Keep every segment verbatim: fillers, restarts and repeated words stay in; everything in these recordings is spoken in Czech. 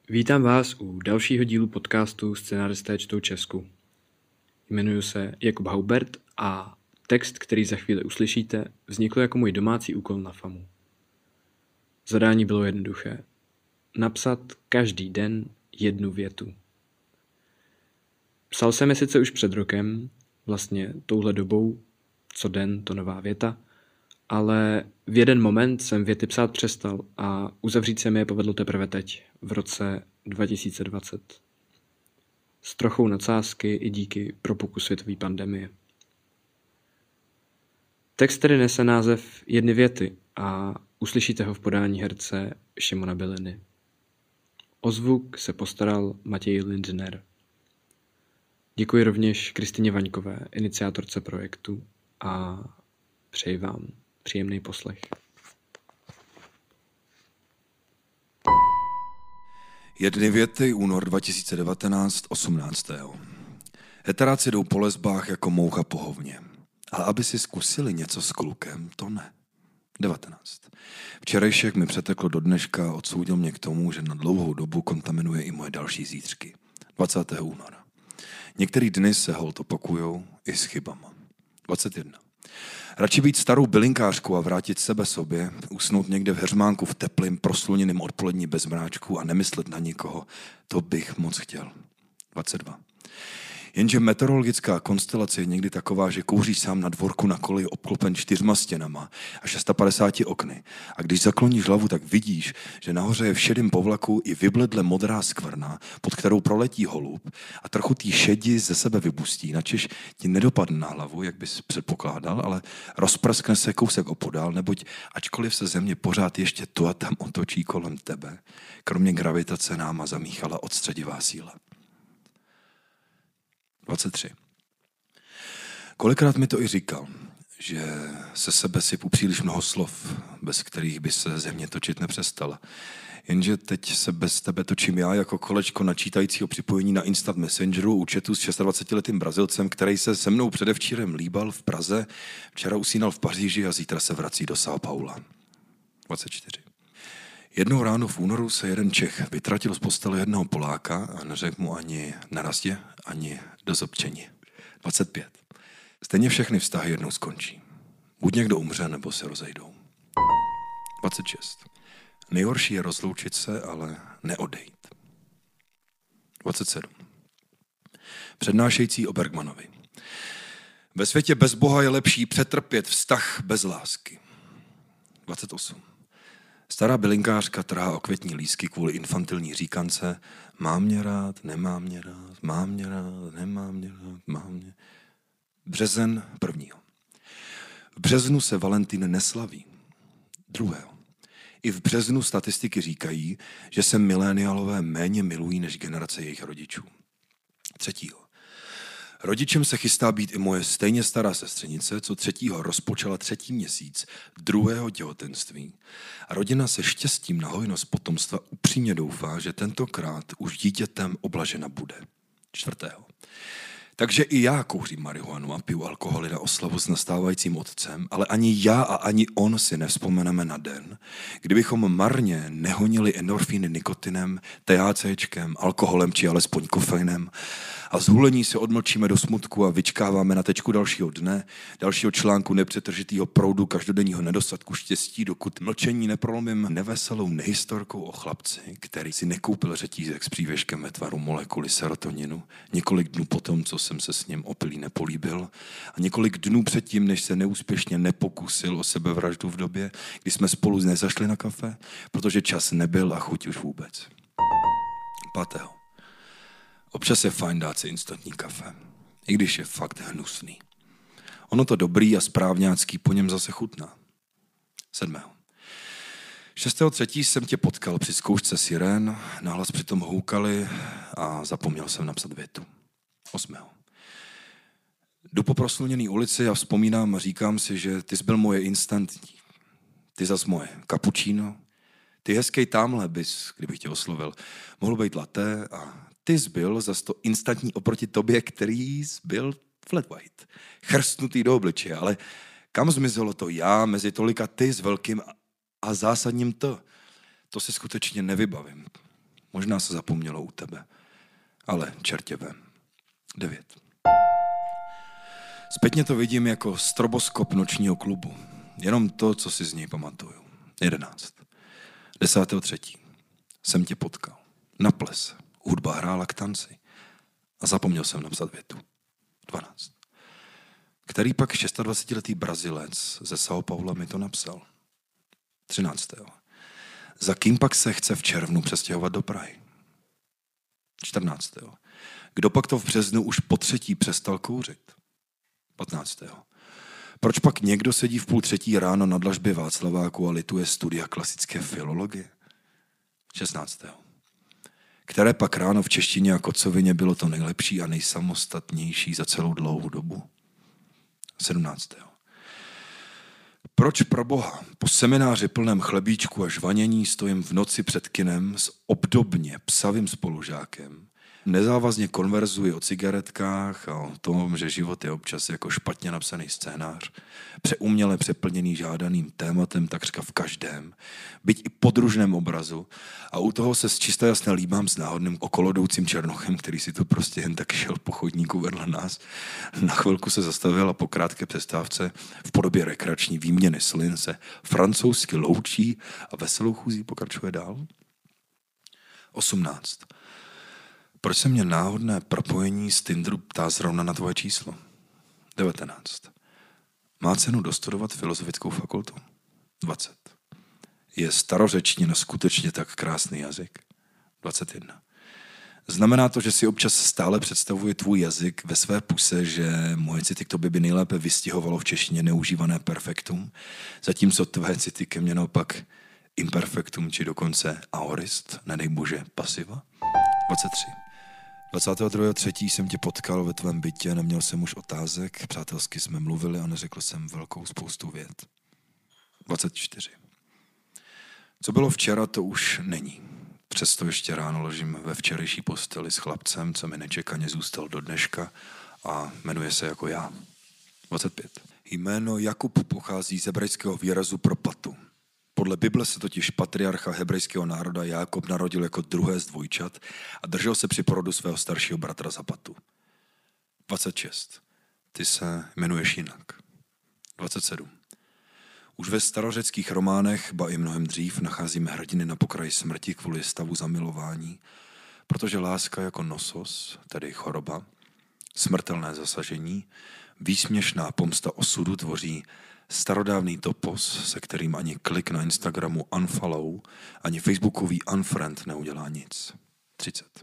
Vítám vás u dalšího dílu podcastu Scenáristé čtou Česku. Jmenuji se Jakub Haubert a text, který za chvíli uslyšíte, vznikl jako můj domácí úkol na FAMu. Zadání bylo jednoduché. Napsat každý den jednu větu. Psal jsem je sice už před rokem, vlastně touhle dobou, co den to nová věta, ale v jeden moment jsem věty psát přestal a uzavřít se mi je povedlo teprve teď, v roce dva tisíce dvacet. S trochou nadsázky i díky propuku světové pandemie. Text tedy nese název Jedny věty a uslyšíte ho v podání herce Šimona Byliny. O zvuk se postaral Matěj Lindner. Děkuji rovněž Kristině Vaňkové, iniciátorce projektu, a přeji vám příjemný poslech. Jedny věty, únor dva tisíce devatenáct, osmnáctého Heteráci jdou po lesbách jako moucha po hovně. Ale aby si zkusili něco s klukem, to ne. devatenáct Včerejšek mi přeteklo do dneška a odsoudil mě k tomu, že na dlouhou dobu kontaminuje i moje další zítřky. dvacátého února Některý dny se holt opakujou i s chybama. dvacet jedna Radši být starou bylinkářkou a vrátit sebe sobě, usnout někde v heřmánku v teplým, prosluněným odpolední bez mráčku a nemyslet na nikoho, to bych moc chtěl. dvacet dva Jenže meteorologická konstelace je někdy taková, že kouříš sám na dvorku na koleji obklopen čtyřma stěnama a šest set padesát okny. A když zakloníš hlavu, tak vidíš, že nahoře je v šedém povlaku i vybledle modrá skvrna, pod kterou proletí holub a trochu tý šedi ze sebe vybustí, načež ti nedopadne na hlavu, jak bys předpokládal, ale rozprskne se kousek opodál, neboť ačkoliv se země pořád ještě tu a tam otočí kolem tebe, kromě gravitace náma zamíchala odstředivá síla. dvacet tři Kolikrát mi to i říkal, že se sebe sypu příliš mnoho slov, bez kterých by se země točit nepřestala. Jenže teď se bez tebe točím já jako kolečko načítajícího připojení na Instant Messengeru u chatu s dvacetišestiletým Brazilcem, který se se mnou předevčírem líbal v Praze, včera usínal v Paříži a zítra se vrací do São Paula. dvacet čtyři Jednou ráno v únoru se jeden Čech vytratil z postele jednoho Poláka a neřekl mu ani narazdě, ani do zobčení. dvacet pět Stejně všechny vztahy jednou skončí. Buď někdo umře, nebo se rozejdou. dvacet šest Nejhorší je rozloučit se, ale neodejít. dvacet sedm Přednášející o Bergmanovi. Ve světě bez Boha je lepší přetrpět vztah bez lásky. dvacet osm Stará bylinkářka trhá okvětní lístky kvůli infantilní říkance. Mám mě rád, nemám mě rád, mám mě rád, nemám mě rád, mám mě... Březen prvního. V březnu se Valentín neslaví. Druhého. I v březnu statistiky říkají, že se mileniálové méně milují než generace jejich rodičů. Třetího. Rodičem se chystá být i moje stejně stará sestřenice, co třetího rozpočala třetí měsíc druhého těhotenství. A rodina se štěstím na hojnost potomstva upřímně doufá, že tentokrát už dítětem oblažena bude. Čtvrtého. Takže i já kouřím marihuanu a piju alkoholy na oslavu s nastávajícím otcem, ale ani já a ani on si nevzpomeneme na den, kdybychom marně nehonili endorfíny nikotinem, THCčkem, alkoholem či alespoň kofeinem a zhulení se odmlčíme do smutku a vyčkáváme na tečku dalšího dne, dalšího článku nepřetržitýho proudu každodenního nedostatku štěstí, dokud mlčení neprolomím neveselou nehistorkou o chlapci, který si nekoupil řetízek s přívěškem ve tvaru molekuly serotoninu několik dnů potom, co jsem se s ním opilý nepolíbil a několik dnů předtím, než se neúspěšně nepokusil o sebevraždu v době, kdy jsme spolu nezašli na kafe, protože čas nebyl a chuť už vůbec. Pátého. Občas je fajn dát si instantní kafe, i když je fakt hnusný. Ono to dobrý a správňácký po něm zase chutná. Sedmého. šestého třetího jsem tě potkal při zkoušce sirén, nahlas přitom houkali a zapomněl jsem napsat větu. Osmého. Jdu po prosluněný ulici a vzpomínám a říkám si, že ty jsi byl moje instantní. Ty zas moje cappuccino. Ty hezkej támhle bys, kdybych tě oslovil, mohl být latte a ty jsi byl zas to instantní oproti tobě, který jsi byl flat white. Chrstnutý do obličeje, ale kam zmizelo to já mezi tolika ty s velkým a zásadním to? To si skutečně nevybavím. Možná se zapomnělo u tebe. Ale čertě vem. devět. Zpětně to vidím jako stroboskop nočního klubu. Jenom to, co si z něj pamatuju. jedenáct. desátého třetího jsem tě potkal. Na plese. Hudba hrála k tanci. A zapomněl jsem napsat větu. dvanáct. Který pak dvacetišestiletý Brazilec ze São Paula mi to napsal. třináct. Za kým pak se chce v červnu přestěhovat do Prahy? čtrnáct. Kdo pak to v březnu už po třetí přestal kouřit? patnáct. Proč pak někdo sedí v půl třetí ráno na dlažbě Václaváku a lituje studia klasické filologie? šestnáct. Které pak ráno v češtině a kocovině bylo to nejlepší a nejsamostatnější za celou dlouhou dobu? sedmnáct. Proč pro boha po semináři plném chlebíčku a žvanění stojím v noci před kinem s obdobně psavým spolužákem, nezávazně konverzuji o cigaretkách a o tom, že život je občas jako špatně napsaný scénář, přeuměle přeplněný žádaným tématem takřka v každém, byť i podružném obrazu, a u toho se z čisté jasné líbám s náhodným okolodoucím černochem, který si tu prostě jen tak šel po chodníku vedle nás. Na chvilku se zastavil a po krátké přestávce v podobě rekreační výměny slin se francouzsky loučí a veselou chůzí pokračuje dál. osmnáct. Proč se mě náhodné propojení z Tinderu ptá zrovna na tvoje číslo? devatenáct. Má cenu dostudovat filozofickou fakultu? dvacet. Je starořečtina skutečně tak krásný jazyk? dvacet jedna. Znamená to, že si občas stále představuje tvůj jazyk ve své puse, že moje city k tobě by nejlépe vystihovalo v češtině neužívané perfektum, zatímco tvé city ke mně naopak imperfektum, či dokonce aorist, nedej bože pasiva? dvacet tři. dvacátého druhého třetího jsem tě potkal ve tvém bytě, neměl jsem už otázek, přátelsky jsme mluvili a neřekl jsem velkou spoustu vět. dvacet čtyři. Co bylo včera, to už není. Přesto ještě ráno ležím ve včerejší posteli s chlapcem, co mi nečekaně zůstal do dneška a jmenuje se jako já. dvacet pět. Jméno Jakub pochází z hebrejského výrazu pro patu. Podle Bible se totiž patriarcha hebrejského národa Jákob narodil jako druhé z dvojčat a držel se při porodu svého staršího bratra za patu. dvacet šest. Ty se jmenuješ jinak. dvacet sedm. Už ve starořeckých románech, ba i mnohem dřív, nacházíme hrdiny na pokraji smrti kvůli stavu zamilování, protože láska jako nosos, tedy choroba, smrtelné zasažení, výsměšná pomsta osudu tvoří starodávný topos, se kterým ani klik na Instagramu unfollow, ani facebookový unfriend neudělá nic. třicet.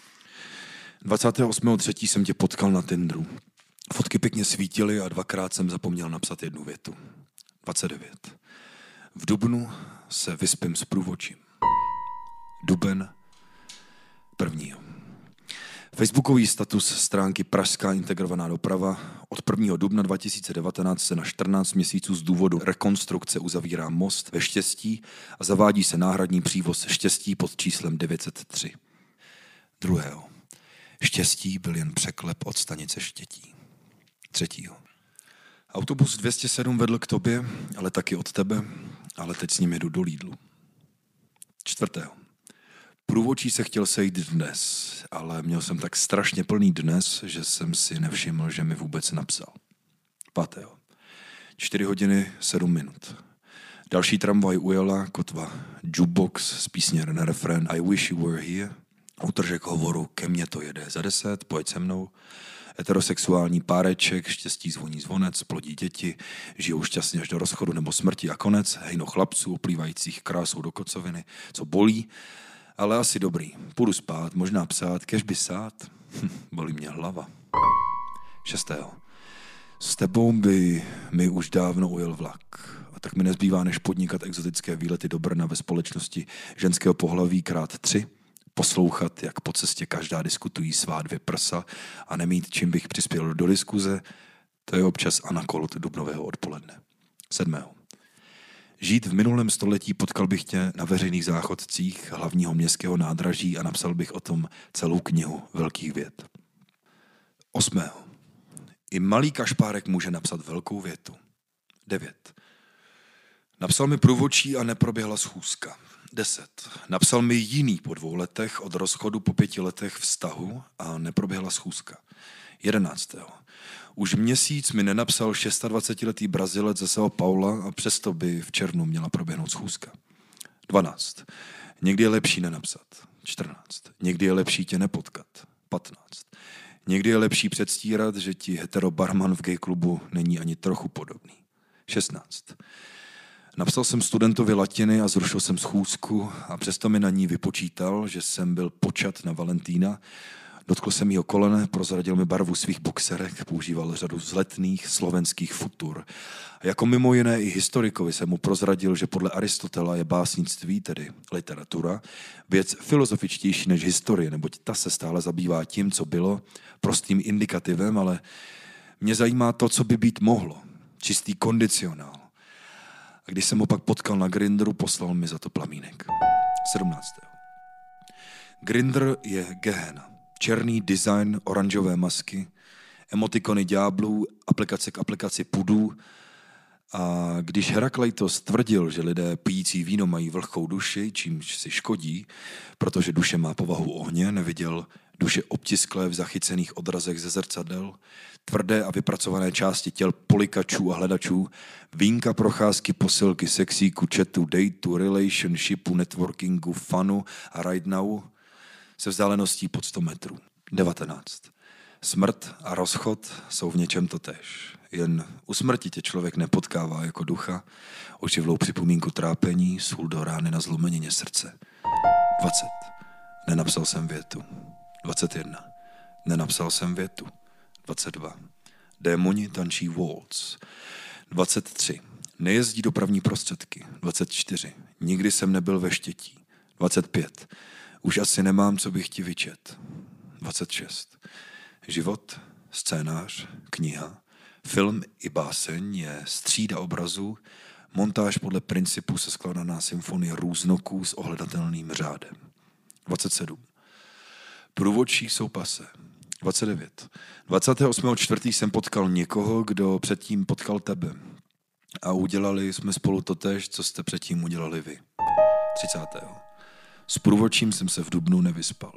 dvacátého osmého třetího jsem tě potkal na Tinderu. Fotky pěkně svítily a dvakrát jsem zapomněl napsat jednu větu. dvacet devět. V dubnu se vyspím s průvočím. Duben prvního. Facebookový status stránky Pražská integrovaná doprava od prvního dubna dva tisíce devatenáct se na čtrnáct měsíců z důvodu rekonstrukce uzavírá most ve Štěstí a zavádí se náhradní přívoz Štěstí pod číslem devět set tři. Druhého. Štěstí byl jen překlep od stanice Štětí. Třetího. Autobus dvě stě sedm vedl k tobě, ale taky od tebe, ale teď s ním jedu do Lidlu. Čtvrtého. Průvodčí se chtěl sejít dnes, ale měl jsem tak strašně plný dnes, že jsem si nevšiml, že mi vůbec napsal. Pátého. Čtyři hodiny, sedm minut. Další tramvaj ujela, kotva jukebox z písně na refrén I wish you were here. Útržek hovoru Ke mně to jede za deset, pojď se mnou. Heterosexuální páreček, štěstí zvoní zvonec, plodí děti, žijou šťastně až do rozchodu nebo smrti a konec, hejno chlapců oplývajících krásou do kocoviny, co bolí, ale asi dobrý. Půjdu spát, možná psát, kež by sát. Hm, bolí mě hlava. Šestého. S tebou by mi už dávno ujel vlak. A tak mi nezbývá, než podnikat exotické výlety do Brna ve společnosti ženského pohlaví krát tři, poslouchat, jak po cestě každá diskutují svá dvě prsa a nemít, čím bych přispěl do diskuze, to je občas Anna Kolot dubnového odpoledne. Sedmého. Žít v minulém století, potkal bych tě na veřejných záchodcích hlavního městského nádraží a napsal bych o tom celou knihu velkých vět. Osmého. I malý kašpárek může napsat velkou větu. Devět. Napsal mi průvodčí a neproběhla schůzka. deset. Napsal mi jiný po dvou letech od rozchodu po pěti letech vztahu a neproběhla schůzka. jedenáct. Už měsíc mi nenapsal dvacetišestiletý Brazilec ze São Paula a přesto by v červnu měla proběhnout schůzka. dvanáct. Někdy je lepší nenapsat. čtrnáct. Někdy je lepší tě nepotkat. patnáct. Někdy je lepší předstírat, že ti hetero barman v gay klubu není ani trochu podobný. šestnáct. Napsal jsem studentovi latiny a zrušil jsem schůzku a přesto mi na ní vypočítal, že jsem byl počat na Valentína. Dotkl jsem jeho kolene, prozradil mi barvu svých boxerek, používal řadu vzletných slovenských futur. A jako mimo jiné i historikovi jsem mu prozradil, že podle Aristotela je básnictví, tedy literatura, věc filozofičtější než historie, neboť ta se stále zabývá tím, co bylo, prostým indikativem, ale mě zajímá to, co by být mohlo. Čistý kondicionál. A když jsem ho pak potkal na Grindru, poslal mi za to plamínek. sedmnáct. Grindr je Gehenna. Černý design, oranžové masky, emotikony ďáblů, aplikace k aplikaci pudů. A když Herakleitos tvrdil, že lidé pijící víno mají vlhkou duši, čímž si škodí, protože duše má povahu ohně, neviděl duše obtisklé v zachycených odrazech ze zrcadel, tvrdé a vypracované části těl polikačů a hledačů, vínka, procházky, posilky, sexíku, chatu, dateu, relationshipu, networkingu, funu a right now se vzdáleností pod sto metrů. devatenáct. Smrt a rozchod jsou v něčem totéž. Jen u smrti tě člověk nepotkává jako ducha, oživlou připomínku trápení, sůl do rány na zlomenině srdce. dvacet. Nenapsal jsem větu. dvacet jedna. Nenapsal jsem větu. dvacet dva. Démoni tančí waltz. dvacet tři. Nejezdí dopravní prostředky. dvacet čtyři. Nikdy jsem nebyl ve Štětí. dvacet pět. Už asi nemám, co bych ti vyčet. dvacet šest. Život, scénář, kniha, film i báseň je střída obrazů, montáž podle principu seskládaná symfonie různoků s ohledatelným řádem. dvacet sedm. Průvodčí jsou pase. dvacet devět. dvacátého osmého čtvrtého jsem potkal někoho, kdo předtím potkal tebe. A udělali jsme spolu totéž, co jste předtím udělali vy. třicátého. S průvodčím jsem se v dubnu nevyspal.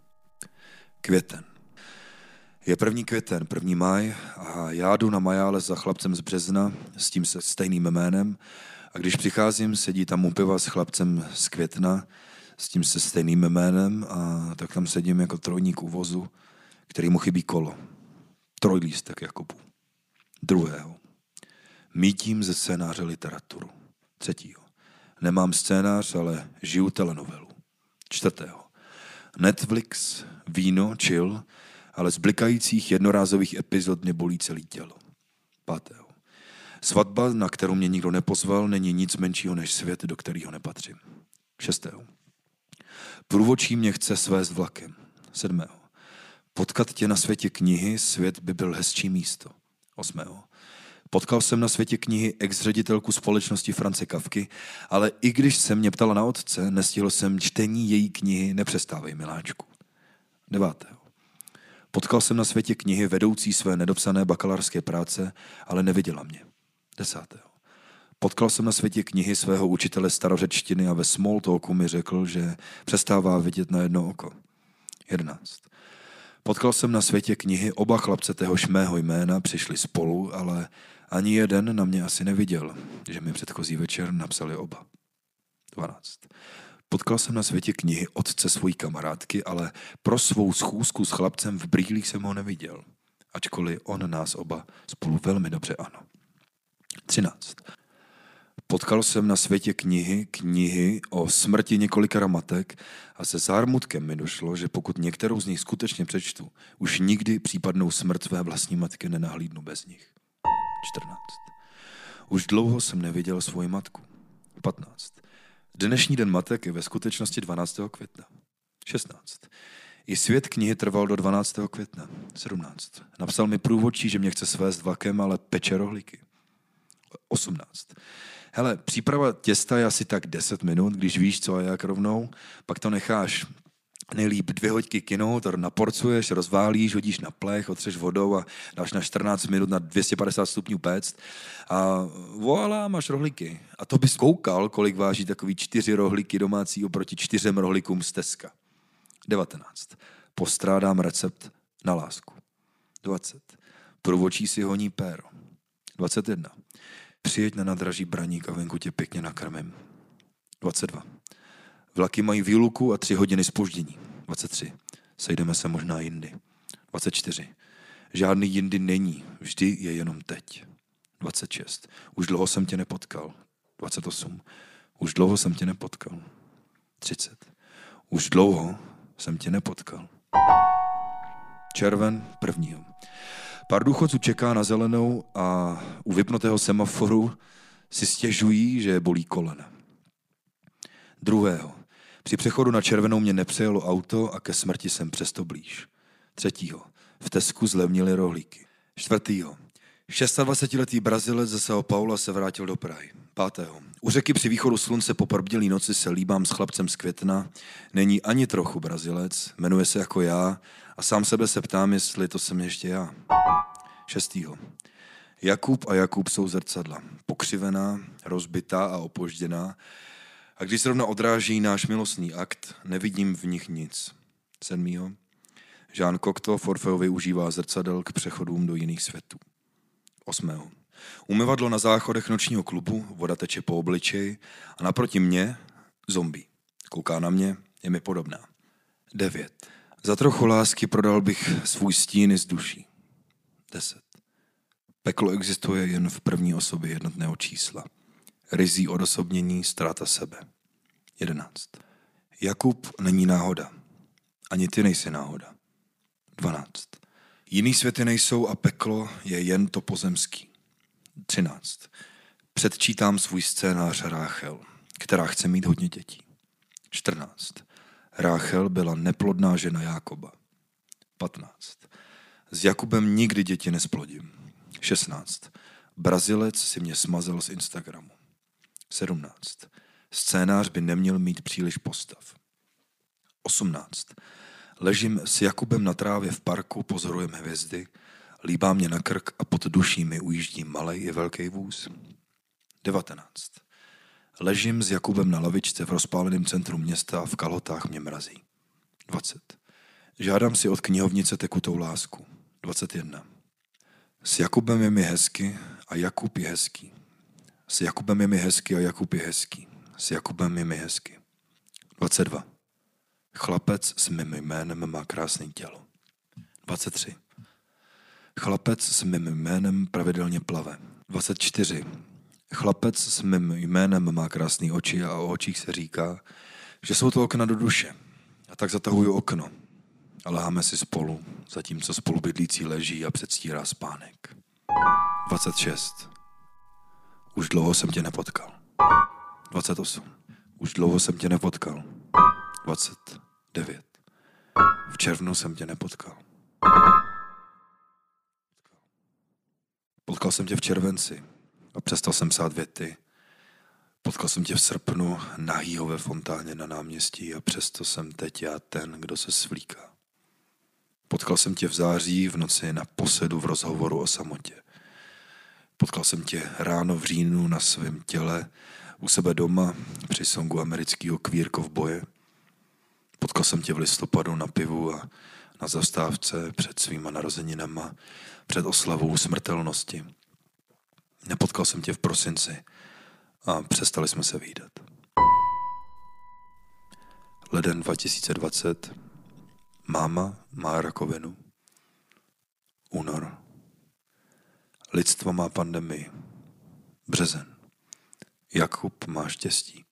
Květen. Je první květen, první máj a já jdu na majále za chlapcem z Března s tím se stejným jménem a když přicházím, sedí tam u piva s chlapcem z Května s tím se stejným jménem a tak tam sedím jako trojník u vozu, který mu chybí kolo. Trojlístek Jakobu. Druhého. Mítím ze scénáře literaturu. Třetího. Nemám scénář, ale žiju telenovelu. Čtvrtého. Netflix, víno, chill, ale z blikajících jednorázových epizod mě bolí celý tělo. Pátého. Svatba, na kterou mě nikdo nepozval, není nic menšího než svět, do kterého nepatřím. Šestého. Průvodčí mě chce svést vlakem. Sedmého. Potkat tě na světě knihy, svět by byl hezčí místo. Osmého. Potkal jsem na světě knihy ex-ředitelku společnosti France Kafky, ale i když se mě ptala na otce, nestihl jsem čtení její knihy Nepřestávej, miláčku. Devátého. Potkal jsem na světě knihy vedoucí své nedopsané bakalářské práce, ale neviděla mě. Desátého. Potkal jsem na světě knihy svého učitele starořečtiny a ve small talku mi řekl, že přestává vidět na jedno oko. Jedenáct. Potkal jsem na světě knihy oba chlapce téhož mého jména, přišli spolu, ale ani jeden na mě asi neviděl, že mi předchozí večer napsali oba. dvanáct. Potkal jsem na světě knihy otce svojí kamarádky, ale pro svou schůzku s chlapcem v brýlích jsem ho neviděl, ačkoliv on nás oba spolu velmi dobře ano. třináct. Potkal jsem na světě knihy, knihy o smrti několika matek a se zármutkem mi došlo, že pokud některou z nich skutečně přečtu, už nikdy případnou smrt své vlastní matky nenahlídnu bez nich. čtrnáct. Už dlouho jsem neviděl svoji matku. patnáct. Dnešní den matek je ve skutečnosti dvanáctého května. šestnáct. I svět knihy trval do dvanáctého května. sedmnáct. Napsal mi průvodčí, že mě chce svést vlakem, ale peče rohlíky. osmnáct. Hele, příprava těsta je asi tak deset minut, když víš co a jak rovnou, pak to necháš Nejlíp dvě hoďky kino, to naporcuješ, rozválíš, hodíš na plech, otřeš vodou a dáš na čtrnáct minut na dvě stě padesát stupňů péct a voilà, máš rohlíky. A to bys koukal, kolik váží takový čtyři rohlíky domácí oproti čtyřem rohlíkům z Teska. devatenáct. Postrádám recept na lásku. dvacet. Průvočí si honí péro. dvacet jedna. Přijeď na nádraží Braník a venku tě pěkně nakrmím. dvacet dva. Vlaky mají výluku a tři hodiny zpoždění. dvacet tři. Sejdeme se možná jindy. dvacet čtyři. Žádný jindy není, vždy je jenom teď. dvacet šest. Už dlouho jsem tě nepotkal. dvacet osm. Už dlouho jsem tě nepotkal. třicet. Už dlouho jsem tě nepotkal. Červen prvního. Pár důchodců čeká na zelenou a u vypnutého semaforu si stěžují, že je bolí kolena. Druhého. Při přechodu na červenou mě nepřejelo auto a ke smrti jsem přesto blíž. Třetího. V Tesku zlevnily rohlíky. Čtvrtýho. dvacetišestiletý Brazilec ze São Paula se vrátil do Prahy. Pátého. U řeky při východu slunce po probdělý noci se líbám s chlapcem z Května. Není ani trochu Brazilec, jmenuje se jako já a sám sebe se ptám, jestli to jsem ještě já. Šestýho. Jakub a Jakub jsou zrcadla. Pokřivená, rozbitá a opožděná. A když zrovna odráží náš milostný akt, nevidím v nich nic. Sedmýho. Jean Cocteau v Orfeovi užívá zrcadel k přechodům do jiných světů. Osmého. Umyvadlo na záchodech nočního klubu, voda teče po obličeji a naproti mě zombie. Kouká na mě, je mi podobná. Devět. Za trochu lásky prodal bych svůj stín z duší. Deset. Peklo existuje jen v první osobě jednotného čísla. Rizí odosobnění, ztráta sebe. Jedenáct. Jakub není náhoda. Ani ty nejsi náhoda. Dvanáct. Jiný světy nejsou a peklo je jen to pozemský. Třináct. Předčítám svůj scénář Ráchel, která chce mít hodně dětí. Čtrnáct. Ráchel byla neplodná žena Jákoba. Patnáct. S Jakubem nikdy děti nesplodím. Šestnáct. Brazilec si mě smazal z Instagramu. Sedmnáct. Scénář by neměl mít příliš postav. Osmnáct. Ležím s Jakubem na trávě v parku, pozorujeme hvězdy, líbá mě na krk a pod duší mi ujíždí malej i velký vůz. Devatenáct. Ležím s Jakubem na lavičce v rozpáleném centru města a v kalhotách mě mrazí. Dvacet. Žádám si od knihovnice tekutou lásku. Dvacet jedna. S Jakubem je mi hezky a Jakub je hezký. S Jakubem je mi hezky a Jakub je hezký. S Jakubem je mi hezky. dvacet dva. Chlapec s mým jménem má krásné tělo. dvacet tři. Chlapec s mým jménem pravidelně plave. dvacet čtyři. Chlapec s mým jménem má krásné oči a o očích se říká, že jsou to okna do duše. A tak zatahuju okno. A leháme si spolu, zatímco spolubydlící leží a předstírá spánek. dvacet šest. Už dlouho jsem tě nepotkal. dvacet osm. Už dlouho jsem tě nepotkal. dvacet devět. V červnu jsem tě nepotkal. Potkal jsem tě v červenci a přestal jsem psát věty. Potkal jsem tě v srpnu nahýho ve fontáně na náměstí a přesto jsem teď já ten, kdo se svlíká. Potkal jsem tě v září v noci na posedu v rozhovoru o samotě. Potkal jsem tě ráno v říjnu na svém těle, u sebe doma, při songu amerického Queer Cowboye. Potkal jsem tě v listopadu na pivu a na zastávce před svýma narozeninama, před oslavou smrtelnosti. Nepotkal jsem tě v prosinci a přestali jsme se vídat. Leden dva tisíce dvacet. Máma má rakovinu. Únor. Lidstvo má pandemii. Březen. Jakub má štěstí.